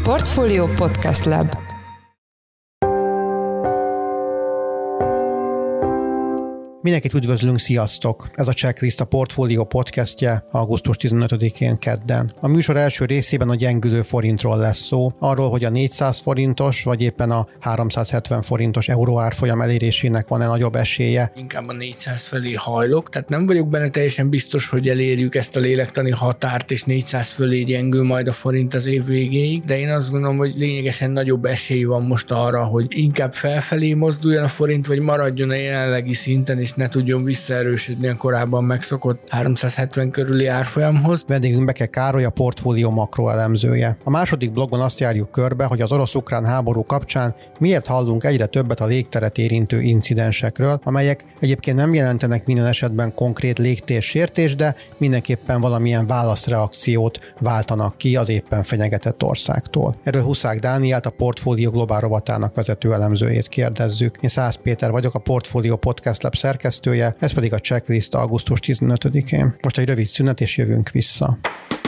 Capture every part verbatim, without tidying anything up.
Portfolio Podcast Lab. Mindenkit üdvözlünk, sziasztok! Ez a Checklist, a Portfolio podcastje augusztus tizenötödikén kedden. A műsor első részében a gyengülő forintról lesz szó, arról, hogy a négyszáz forintos vagy éppen a háromszázhetven forintos euró árfolyam elérésének van-e nagyobb esélye. Inkább a négyszáz felé hajlok, tehát nem vagyok benne teljesen biztos, hogy elérjük ezt a lélektani határt, és négyszáz fölé gyengül majd a forint az év végéig, de én azt gondolom, hogy lényegesen nagyobb esély van most arra, hogy inkább felfelé mozduljon a forint, vagy maradjon a jelenlegi szinten, és ne tudjon visszaerősödni a korábban megszokott háromszázhetven körüli árfolyamhoz. Vendégünk Beke Károly, a Portfolio makroelemzője. A második blogban azt járjuk körbe, hogy az orosz-ukrán háború kapcsán miért hallunk egyre többet a légteret érintő incidensekről, amelyek egyébként nem jelentenek minden esetben konkrét légtérsértést, de mindenképpen valamilyen válaszreakciót váltanak ki az éppen fenyegetett országtól. Erről Huszák Dánielt, a Portfolio globál rovatának vezető elemzőjét kérdezzük. Én Szász Péter vagyok, a Portfolio Podcast Lab szerkesztője, ez pedig a Checklist augusztus tizenötödikén. Most egy rövid szünet, és jövünk vissza.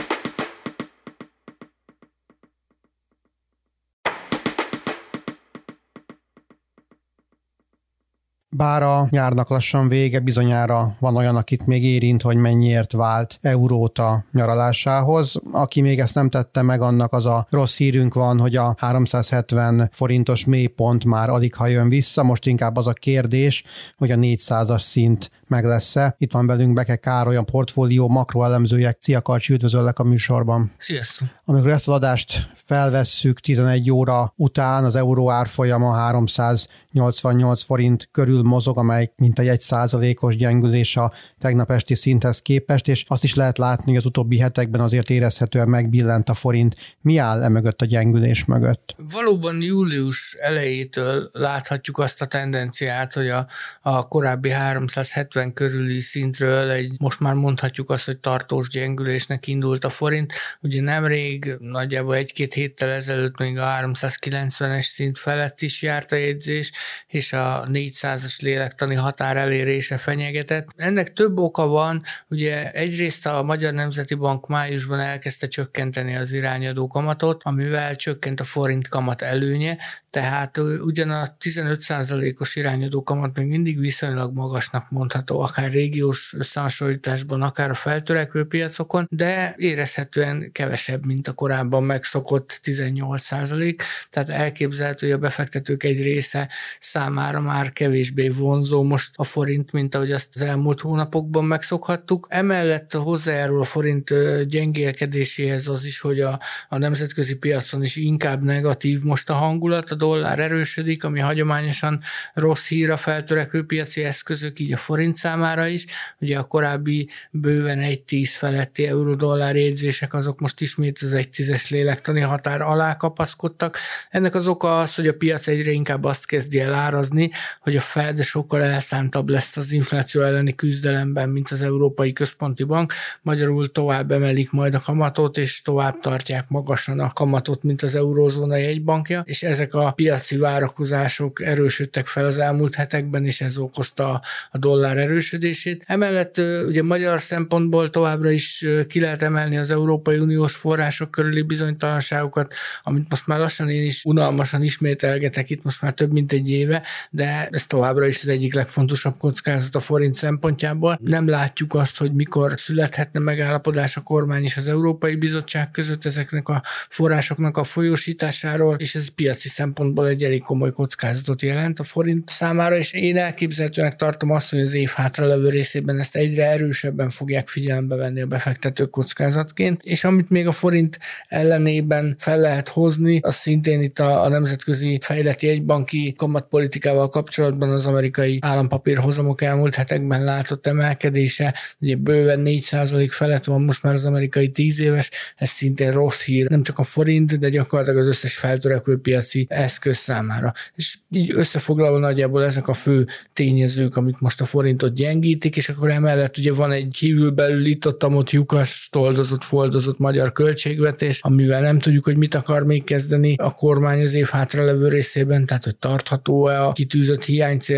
Bár a nyárnak lassan vége, bizonyára van olyan, akit még érint, hogy mennyiért vált eurót a nyaralásához. Aki még ezt nem tette meg, annak az a rossz hírünk van, hogy a háromszázhetven forintos mélypont már alig ha jön vissza. Most inkább az a kérdés, hogy a négyszázas szint meg lesz-e. Itt van velünk Beke Károly, a Portfolio makroelemzője. Szia Karcsi, üdvözöllek a műsorban. Sziasztok! Amikor ezt az adást felvesszük tizenegy óra után, az euró árfolyama háromszáznyolcvannyolc forint körül mozog, amely mintegy egy százalékos gyengülés a tegnap esti szinthez képest, és azt is lehet látni, hogy az utóbbi hetekben azért érezhetően megbillent a forint. Mi áll e mögött, a gyengülés mögött? Valóban július elejétől láthatjuk azt a tendenciát, hogy a, a korábbi háromszázhetven körüli szintről egy, most már mondhatjuk azt, hogy tartós gyengülésnek indult a forint. Ugye nemrég, nagyjából egy-két héttel ezelőtt még a háromszázkilencvenes szint felett is járt a jegyzés, és a négyszázas lélektani határ elérése fenyegetett. Ennek több oka van, ugye egyrészt a Magyar Nemzeti Bank májusban elkezdte csökkenteni az irányadó kamatot, amivel csökkent a forint kamat előnye, tehát ugyan a tizenöt százalékos irányadó kamat még mindig viszonylag magasnak mondható, akár régiós összehasonlításban, akár a feltörekvő piacokon, de érezhetően kevesebb, mint a korábban megszokott tizennyolc százalék, tehát elképzelhető, hogy a befektetők egy része számára már kevésbé vonzó most a forint, mint ahogy azt az elmúlt hónapokban megszokhattuk. Emellett hozzájárul a forint gyengélkedéséhez az is, hogy a, a nemzetközi piacon is inkább negatív most a hangulat, a dollár erősödik, ami hagyományosan rossz hír a feltörekvő piaci eszközök, így a forint számára is. Ugye a korábbi bőven egy tíz feletti euró-dollár jegyzések, azok most ismét az egy tízes lélektani határ alá kapaszkodtak. Ennek az oka az, hogy a piac egyre inkább azt kezdi el árazni, hogy a Fed sokkal elszántabb lesz az infláció elleni küzdelemben, mint az Európai Központi Bank. Magyarul tovább emelik majd a kamatot, és tovább tartják magasan a kamatot, mint az eurózóna jegybankja, és ezek a piaci várakozások erősödtek fel az elmúlt hetekben, és ez okozta a dollár erősödését. Emellett ugye magyar szempontból továbbra is ki lehet emelni az Európai Uniós források körüli bizonytalanságokat, amit most már lassan én is unalmasan ismételgetek itt most már több mint egy éve, de ez továbbra is az egyik legfontosabb kockázat a forint szempontjából. Nem látjuk azt, hogy mikor születhetne megállapodás a kormány és az Európai Bizottság között ezeknek a forrásoknak a folyósításáról, és ez piaci szempontból egy elég komoly kockázatot jelent a forint számára, és én elképzelhetőnek tartom azt, hogy az év hátralevő részében ezt egyre erősebben fogják figyelembe venni a befektetők kockázatként, és amit még a forint ellenében fel lehet hozni, az szintén itt a, a nemzetközi fejlett jegybanki kamatpolitikával kapcsolatban az amerikai állampapírhozamok elmúlt hetekben látott emelkedése, ugye bőven négy százalék felett van most már az amerikai tíz éves, ez szintén rossz hír, nem csak a forint, de gyakorlatilag az összes feltörekvő piaci eszköz számára. És így összefoglalva nagyjából ezek a fő tényezők, amik most a forintot gyengítik, és akkor emellett ugye van egy kívülbelül itt-ott lyukas, toldozott, foldozott magyar költségvetés, amivel nem tudjuk, hogy mit akar még kezdeni a kormány az év hátralevő részében, tehát hogy tartható-e a kitűzött hiánycél,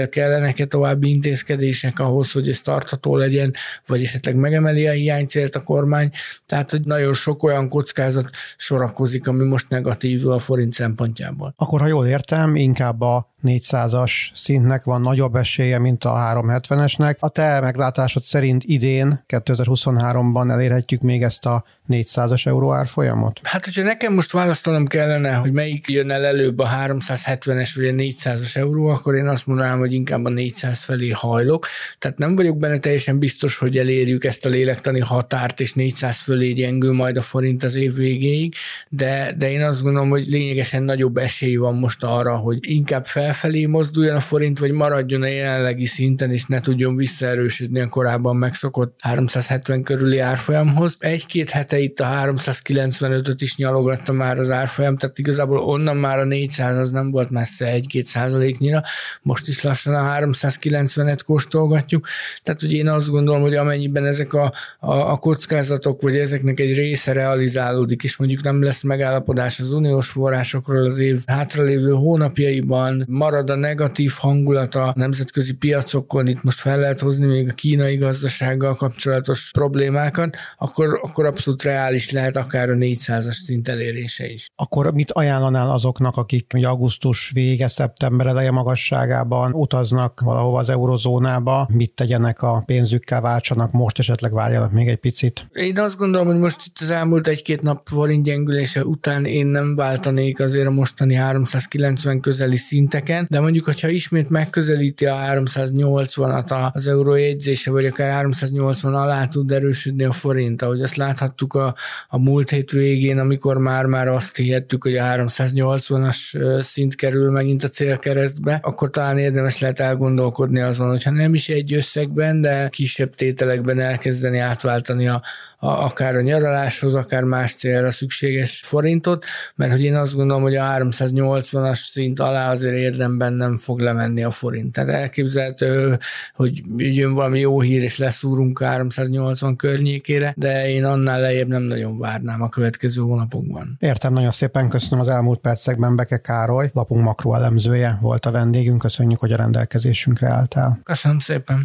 beszél, kellenek-e további intézkedések ahhoz, hogy ez tartható legyen, vagy esetleg megemeli a hiánycélt a kormány. Tehát, hogy nagyon sok olyan kockázat sorakozik, ami most negatív a forint szempontjából. Akkor, ha jól értem, inkább a négyszázas szintnek van nagyobb esélye, mint a háromszázhetvenesnek. A te meglátásod szerint idén, kétezer-huszonháromban elérhetjük még ezt a négyszázas euró árfolyamot? Hát, hogyha nekem most választanom kellene, hogy melyik jön el előbb, a háromszázhetvenes vagy a négyszázas euró, akkor én azt mondanám, hogy inkább a négyszáz felé hajlok. Tehát nem vagyok benne teljesen biztos, hogy elérjük ezt a lélektani határt, és négyszáz fölé gyengül majd a forint az év végéig, de, de én azt gondolom, hogy lényegesen nagyobb esély van most arra, hogy inkább felfelé mozduljon a forint, vagy maradjon a jelenlegi szinten, és ne tudjon visszaerősödni a korábban megszokott háromszázhetven körüli árfolyamhoz. Egy-két hete itt a háromszázkilencvenötöt is nyalogatta már az árfolyam, tehát igazából onnan már a négyszáz az nem volt messze egy-két százaléknyira, most is lassan a háromszázkilencvenet kóstolgatjuk, tehát hogy én azt gondolom, hogy amennyiben ezek a, a, a kockázatok, vagy ezeknek egy része realizálódik, és mondjuk nem lesz megállapodás az uniós forrásokról az év hátralévő hónapjaiban, marad a negatív hangulat a nemzetközi piacokon, itt most fel lehet hozni még a kínai gazdasággal kapcsolatos problémákat, akkor, akkor abszolút reális lehet akár a négyszázas szint elérése is. Akkor mit ajánlanál azoknak, akik augusztus vége, szeptember eleje magasságában utaznak valahova az eurozónába, mit tegyenek a pénzükkel, váltsanak most, esetleg várjanak még egy picit? Én azt gondolom, hogy most itt az elmúlt egy-két nap forint gyengülése után én nem váltanék azért a mostani háromszázkilencven közeli szinteken, de mondjuk, hogyha ismét megközelíti a háromszáznyolcvanat az euró jegyzése, vagy akár háromszáznyolcvan alá tud erősödni a forint, ahogy azt láthattuk a, a múlt hét végén, amikor már-már azt hihettük, hogy a háromszáznyolcvanas szint kerül megint a célkeresztbe, akkor talán érdemes lehet elgondolkodni azon, hogyha nem is egy összegben, de kisebb tételekben elkezdeni átváltani a, a, akár a nyaraláshoz, akár más célra szükséges forintot, mert hogy én azt gondolom, hogy a háromszáznyolcvanas szint alá azért érdemben nem fog lemenni a forint. Tehát elképzelhető, hogy jön valami jó hír, és leszúrunk háromszáznyolcvan környékére, de én annál lejjebb nem nagyon várnám a következő hónapokban. Értem, nagyon szépen köszönöm. Az elmúlt percekben Beke Károly, lapunk makroelemzője volt a vendégünk. Köszönjük, hogy a rendelkezésünkre álltál. Köszönöm szépen.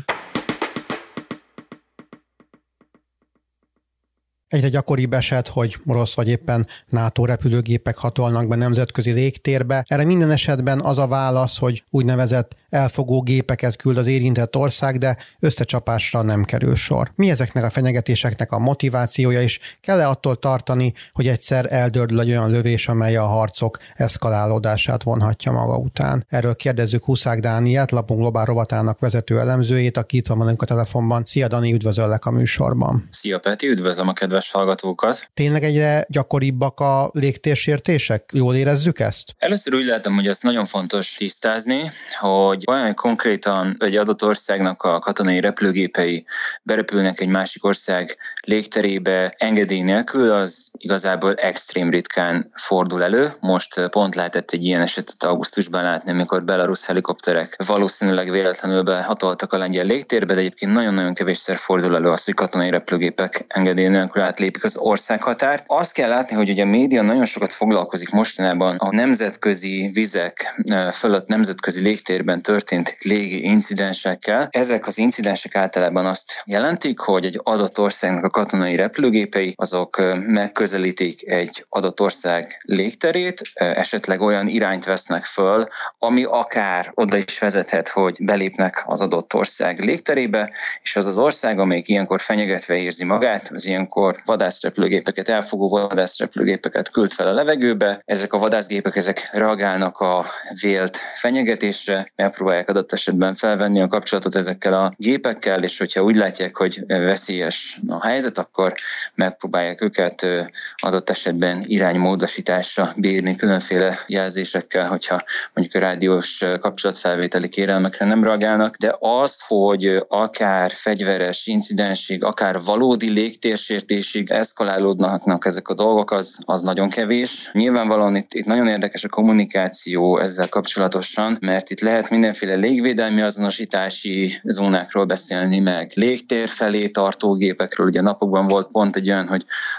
Egyre gyakoribb eset, hogy orosz vagy éppen NATO repülőgépek hatolnak be nemzetközi légtérbe. Erre minden esetben az a válasz, hogy úgynevezett elfogó gépeket küld az érintett ország, de összecsapásra nem kerül sor. Mi ezeknek a fenyegetéseknek a motivációja, és kell-e attól tartani, hogy egyszer eldördül egy olyan lövés, amely a harcok eszkalálódását vonhatja maga után? Erről kérdezzük Huszák Dánielt, lapunk globál rovatának vezető elemzőjét, aki itt van velünk a telefonban. Szia Dani, üdvözöllek a műsorban. Szia Peti, üdvözlöm a kedves hallgatókat. Tényleg egyre gyakoribbak a légtérsértések? Jól érezzük ezt? Először úgy látom, hogy ez nagyon fontos tisztázni, hogy olyan konkrétan egy adott országnak a katonai repülőgépei berepülnek egy másik ország légterébe engedély nélkül, az igazából extrém ritkán fordul elő. Most pont lehetett egy ilyen esetet augusztusban látni, amikor belarusz helikopterek valószínűleg véletlenül behatoltak a lengyel légtérbe, de egyébként nagyon-nagyon kevésszer fordul elő az, hogy katonai repülőgépek engedély nélkül átlépik az országhatárt. Azt kell látni, hogy ugye a média nagyon sokat foglalkozik mostanában a nemzetközi vizek fölött, nemzetközi légtérben történt légi incidensekkel. Ezek az incidensek általában azt jelentik, hogy egy adott országnak a katonai repülőgépei azok megközelítik egy adott ország légterét, esetleg olyan irányt vesznek föl, ami akár oda is vezethet, hogy belépnek az adott ország légterébe, és az az ország, amelyik ilyenkor fenyegetve érzi magát, az ilyenkor vadászrepülőgépeket, elfogó vadászrepülőgépeket küld fel a levegőbe. Ezek a vadászgépek ezek reagálnak a vélt fenyegetésre, megpróbálják adott esetben felvenni a kapcsolatot ezekkel a gépekkel, és hogyha úgy látják, hogy veszélyes a helyzet, akkor megpróbálják őket adott esetben iránymódosításra bírni különféle jelzésekkel, hogyha mondjuk a rádiós kapcsolatfelvételi kérelmekre nem reagálnak, de az, hogy akár fegyveres incidensig, akár valódi légtérsértésig eszkalálódnak ezek a dolgok, az, az nagyon kevés. Nyilvánvalóan itt, itt nagyon érdekes a kommunikáció ezzel kapcsolatosan, mert itt lehet mindenféle légvédelmi azonosítási zónákról beszélni, meg légtér felé tartó gépekről. Ugye napokban volt pont egy olyan, hogy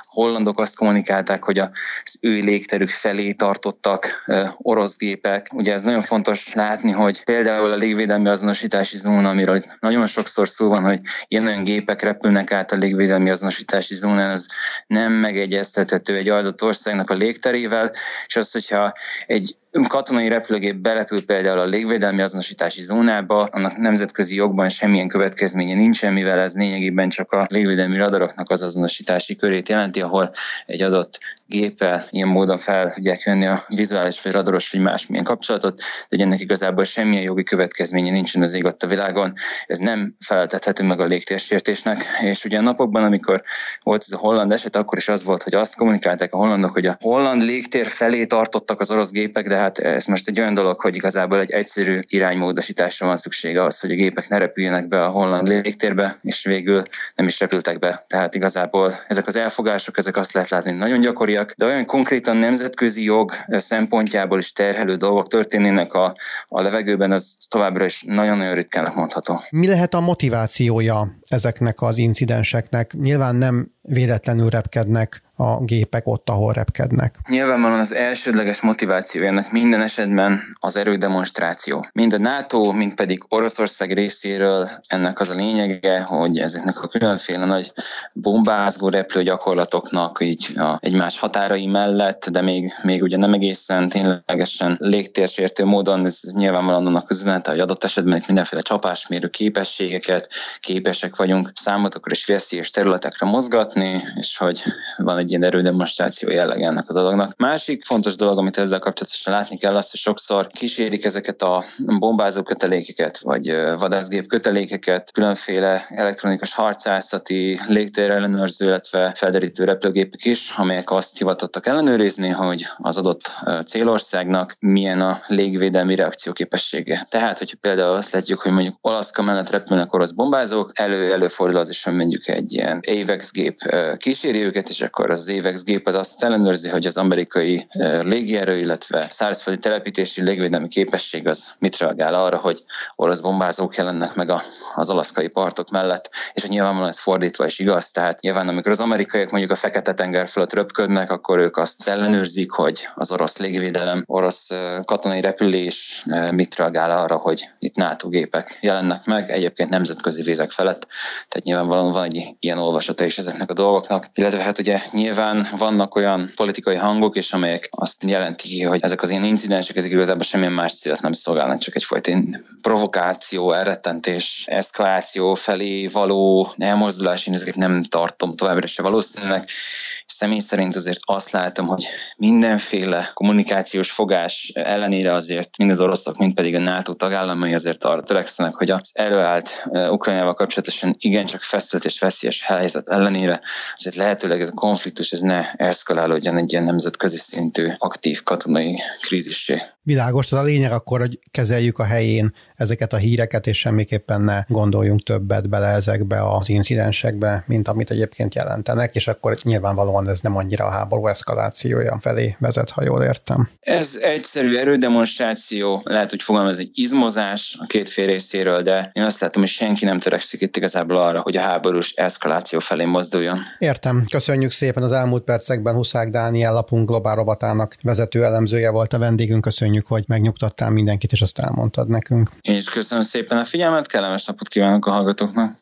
hollandok azt kommunikálták, hogy az ő légterük felé tartottak orosz gépek. Ugye ez nagyon fontos látni, hogy például a légvédelmi azonosítási zóna, amiről nagyon sokszor szó van, hogy ilyen-olyan gépek repülnek át a légvédelmi azonosítási zónán, az nem megegyeztethető egy adott országnak a légterével, és az, hogyha egy katonai repülőgép belepül például a légvédelmi azonosítási zónába, annak nemzetközi jogban semmilyen következménye nincsen, mivel ez lényegében csak a légvédelmi radaroknak az azonosítási körét jelenti, ahol egy adott géppel ilyen módon fel tudják venni a vizuális vagy radaros vagy másmilyen kapcsolatot, de hogy ennek igazából semmilyen jogi következménye nincsen az ég ott a világon. Ez nem feleltethető meg a légtérsértésnek, és ugye a napokban, amikor volt ez a holland eset, akkor is az volt, hogy azt kommunikálták a hollandok, hogy a holland légtér felé tartottak az orosz gépek, de hát ez most egy olyan dolog, hogy igazából egy egyszerű iránymódosításra van szüksége ahhoz, hogy a gépek ne repüljenek be a holland légtérbe, és végül nem is repültek be. Tehát igazából ezek az elfogások, ezek azt lehet látni, nagyon gyakoriak, de olyan konkrétan nemzetközi jog szempontjából is terhelő dolgok történnének a, a levegőben, az továbbra is nagyon-nagyon ritkának mondható. Mi lehet a motivációja ezeknek az incidenseknek? Nyilván nem véletlenül repkednek a gépek ott, ahol repkednek. Nyilvánvalóan az elsődleges motivációjának minden esetben az erődemonstráció. Mind a NATO, mind pedig Oroszország részéről ennek az a lényege, hogy ezeknek a különféle nagy bombázó repülőgyakorlatoknak így a egymás határai mellett, de még, még ugye nem egészen ténylegesen légtérsértő módon, ez, ez nyilvánvalóan annak az üzenete, hogy adott esetben mindenféle csapásmérő képességeket képesek vagyunk számotokra és veszélyes területekre mozgatni, és hogy van egy ilyen erődemonstráció jelleg ennek a dolognak. Másik fontos dolog, amit ezzel kapcsolatosan látni kell, az, hogy sokszor kísérik ezeket a bombázó kötelékeket, vagy vadászgép kötelékeket, különféle elektronikus harcászati, légtér ellenőrző, illetve felderítő repülőgépek is, amelyek azt hivatottak ellenőrizni, hogy az adott célországnak milyen a légvédelmi reakcióképessége. Tehát, hogyha például azt látjuk, hogy mondjuk Alaszka mellett repülnek orosz bombázók, elő előfordul az is, hogy mondjuk egy ilyen AVAX gép kíséri őket, és akkor az AVAX gép az azt ellenőrzi, hogy az amerikai légierő, illetve szárazföldi telepítési légvédelmi képesség az mit reagál arra, hogy orosz bombázók jelennek meg a, az alaszkai partok mellett, és hogy nyilvánvalóan ez fordítva is igaz, tehát nyilván amikor az amerikaiak mondjuk a Fekete-tenger fölött röpködnek, akkor ők azt ellenőrzik, hogy az orosz légvédelem, orosz katonai repülés mit reagál arra, hogy itt NATO gépek jelennek meg, egyébként nemzetközi vizek felett, tehát nyilvánvalóan van egy ilyen olvasata is ezeknek a dolgoknak, illetve hát ugye nyilván vannak olyan politikai hangok is, amelyek azt jelentik, hogy ezek az ilyen incidensek, ezek igazából semmilyen más célt nem szolgálnak, csak egyfajta provokáció, elrettentés, eszkaláció felé való elmozdulás, én ezeket nem tartom továbbra se valószínűleg. Személy szerint azért azt látom, hogy mindenféle kommunikációs fogás ellenére azért mind az oroszok, mind pedig a NATO tagállamai azért arra törekszenek, hogy az előállt Ukrajnával kapcsolatosan igencsak feszült és veszélyes helyzet ellenére azért lehetőleg ez a konfliktus ez ne eszkalálódjon egy ilyen nemzetközi szintű aktív katonai krízissé. Világos, az a lényeg akkor, hogy kezeljük a helyén ezeket a híreket, és semmiképpen ne gondoljunk többet bele ezekbe az incidensekbe, mint amit egyébként jelentenek, és akkor nyilvánvalóan ez nem annyira a háború eszkalációja felé vezet, ha jól értem. Ez egyszerű erődemonstráció, lehet, hogy fogalmaz egy izmozás a két fél részéről, de én azt látom, hogy senki nem törekszik itt igazából arra, hogy a háborús eszkaláció felé mozduljon. Értem. Köszönjük szépen. Az elmúlt percekben Huszák Dániel, lapunk globál rovatának vezető elemzője volt a vendégünk. Köszönjük, hogy megnyugtattál mindenkit, és azt elmondtad nekünk. Én is köszönöm szépen a figyelmet, kellemes napot kívánok a hallgatóknak.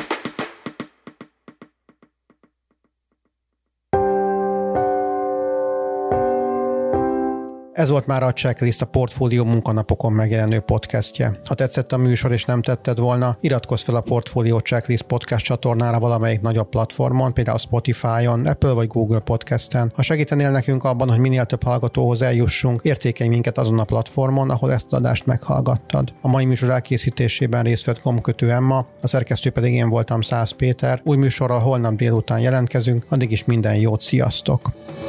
Ez volt már a Checklist, a Portfólió munkanapokon megjelenő podcastje. Ha tetszett a műsor és nem tetted volna, iratkozz fel a Portfólió Checklist podcast csatornára valamelyik nagyobb platformon, például Spotify-on, Apple vagy Google Podcasten. Ha segítenél nekünk abban, hogy minél több hallgatóhoz eljussunk, értékelj minket azon a platformon, ahol ezt az adást meghallgattad. A mai műsor elkészítésében részt vett Gombkötő Emma, a szerkesztő pedig én voltam, Szász Péter. Új műsorral holnap délután jelentkezünk, addig is minden jót, sziasztok!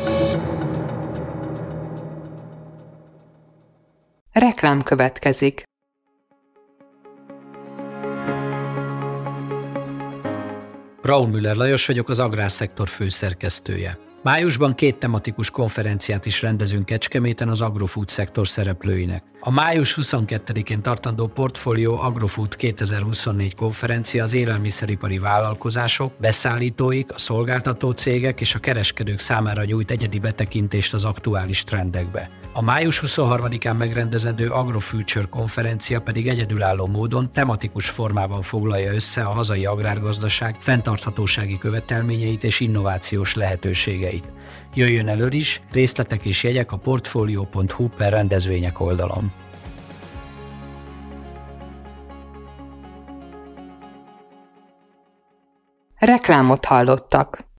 Reklám következik. Braun Müller Lajos vagyok, az Agrárszektor főszerkesztője. Májusban két tematikus konferenciát is rendezünk Kecskeméten az agrofood szektor szereplőinek. A május huszonkettedikén tartandó Portfolio Agrofood kétezer-huszonnégy konferencia az élelmiszeripari vállalkozások, beszállítóik, a szolgáltató cégek és a kereskedők számára nyújt egyedi betekintést az aktuális trendekbe. A május huszonharmadikán megrendezendő AgroFuture konferencia pedig egyedülálló módon tematikus formában foglalja össze a hazai agrárgazdaság fenntarthatósági követelményeit és innovációs lehetőségeit. Jöjjön elő is, részletek és jegyek a portfolio pont hu per rendezvények oldalon. Reklámot hallottak.